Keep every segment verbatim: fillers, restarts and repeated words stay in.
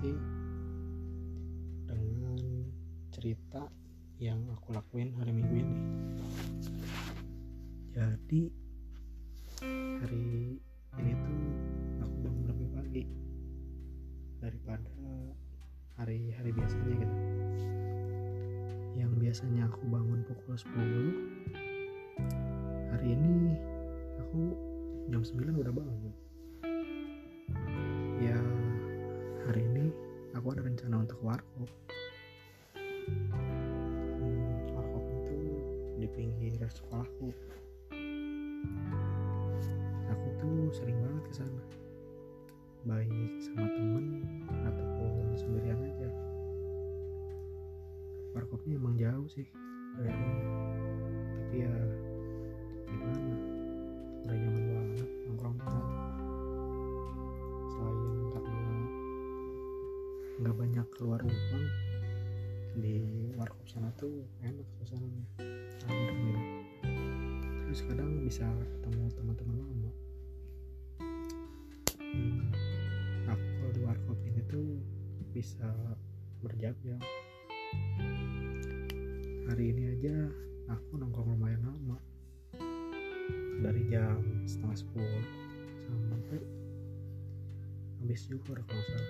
lagi dengan cerita yang aku lakuin hari Minggu ini. Jadi hari ini tuh aku bangun lebih pagi daripada hari-hari biasanya gitu. Yang biasanya aku bangun pukul sepuluh, hari ini aku jam sembilan udah bangun. Ya, hari ini aku ada rencana untuk warkop. Hmm, warkop itu di pinggir sekolahku. Aku tuh sering banget ke sana, baik sama temen ataupun sendirian aja. Warkopnya emang jauh sih dari rumah, tapi ya gimana, udah nyaman banget nongkrong di sana. Selain karena nggak banyak keluar uang, di warkop sana tuh enak suasananya, adem gitu. Terus kadang bisa ketemu teman-teman lama. hmm, aku kalau di warkop ini tuh bisa berjam-jam. Hari ini aja aku nongkrong lumayan lama, dari jam setengah sepuluh sampai habis zuhur kalau salah.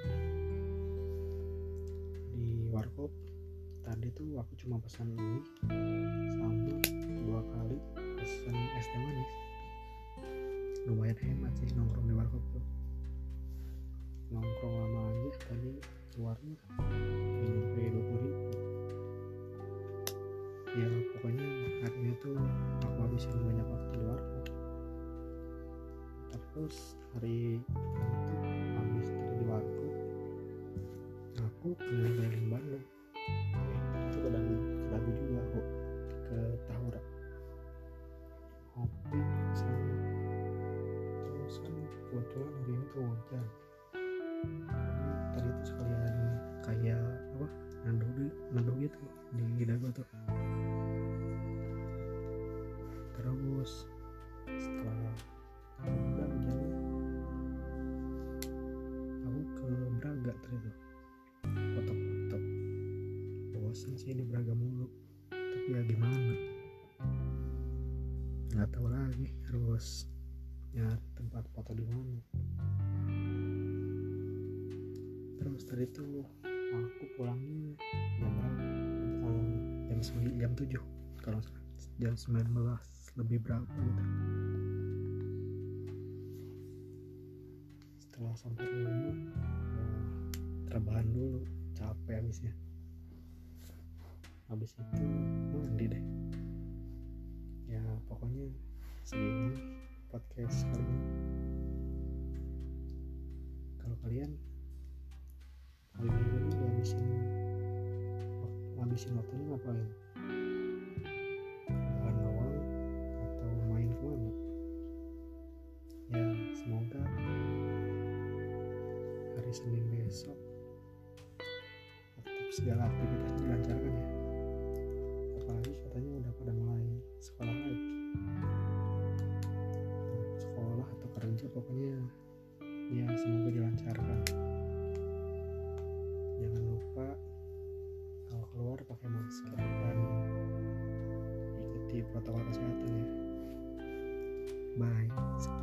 Di warkop tadi tuh aku cuma pesan mie sama dua kali pesan es teh manis. Lumayan hemat sih nongkrong di warkop tuh. Nongkrong lama aja tadi keluarnya nyampe dua puluh ribu. Ya pokoknya hari ini tuh aku habisin banyak waktu di warkop. Terus hari itu habis dari di warkop aku keliling Bandung. Itu ke Dagu, ke Dagu juga aku ke Tahura, ngopi sama. Terus kan kebetulan hari ini tuh hujan. Tadi itu sekalian kayak apa, nado nado gitu di Dago tuh. Terus setelah udah hujan, aku ke Braga terus foto-foto. Bosan sih di Braga mulu, tapi ya gimana, nggak tahu lagi harus nyari tempat foto di mana. Terus tadi tuh aku pulangnya jam berapa? Oh, jam sembilan, jam tujuh kalau salah, jam sembilan belas lebih berapa gitu. Setelah sampai rumah ya rebahan dulu, capek habisnya. Habis itu mandi deh. Ya pokoknya segini podcast kali ini. Kalau kalian hari minggu ini habisin habisin waktunya ngapain? Bahan awal atau main kemana? Ya semoga hari Senin besok tetap segala aktivitas dilancarkan ya. Apalagi katanya udah pada mulai sekolah lagi. Nah, sekolah atau kerja pokoknya ya semoga dilancarkan. Jangan lupa kalau keluar pakai masker dan ikuti protokol kesehatan ya. Bye.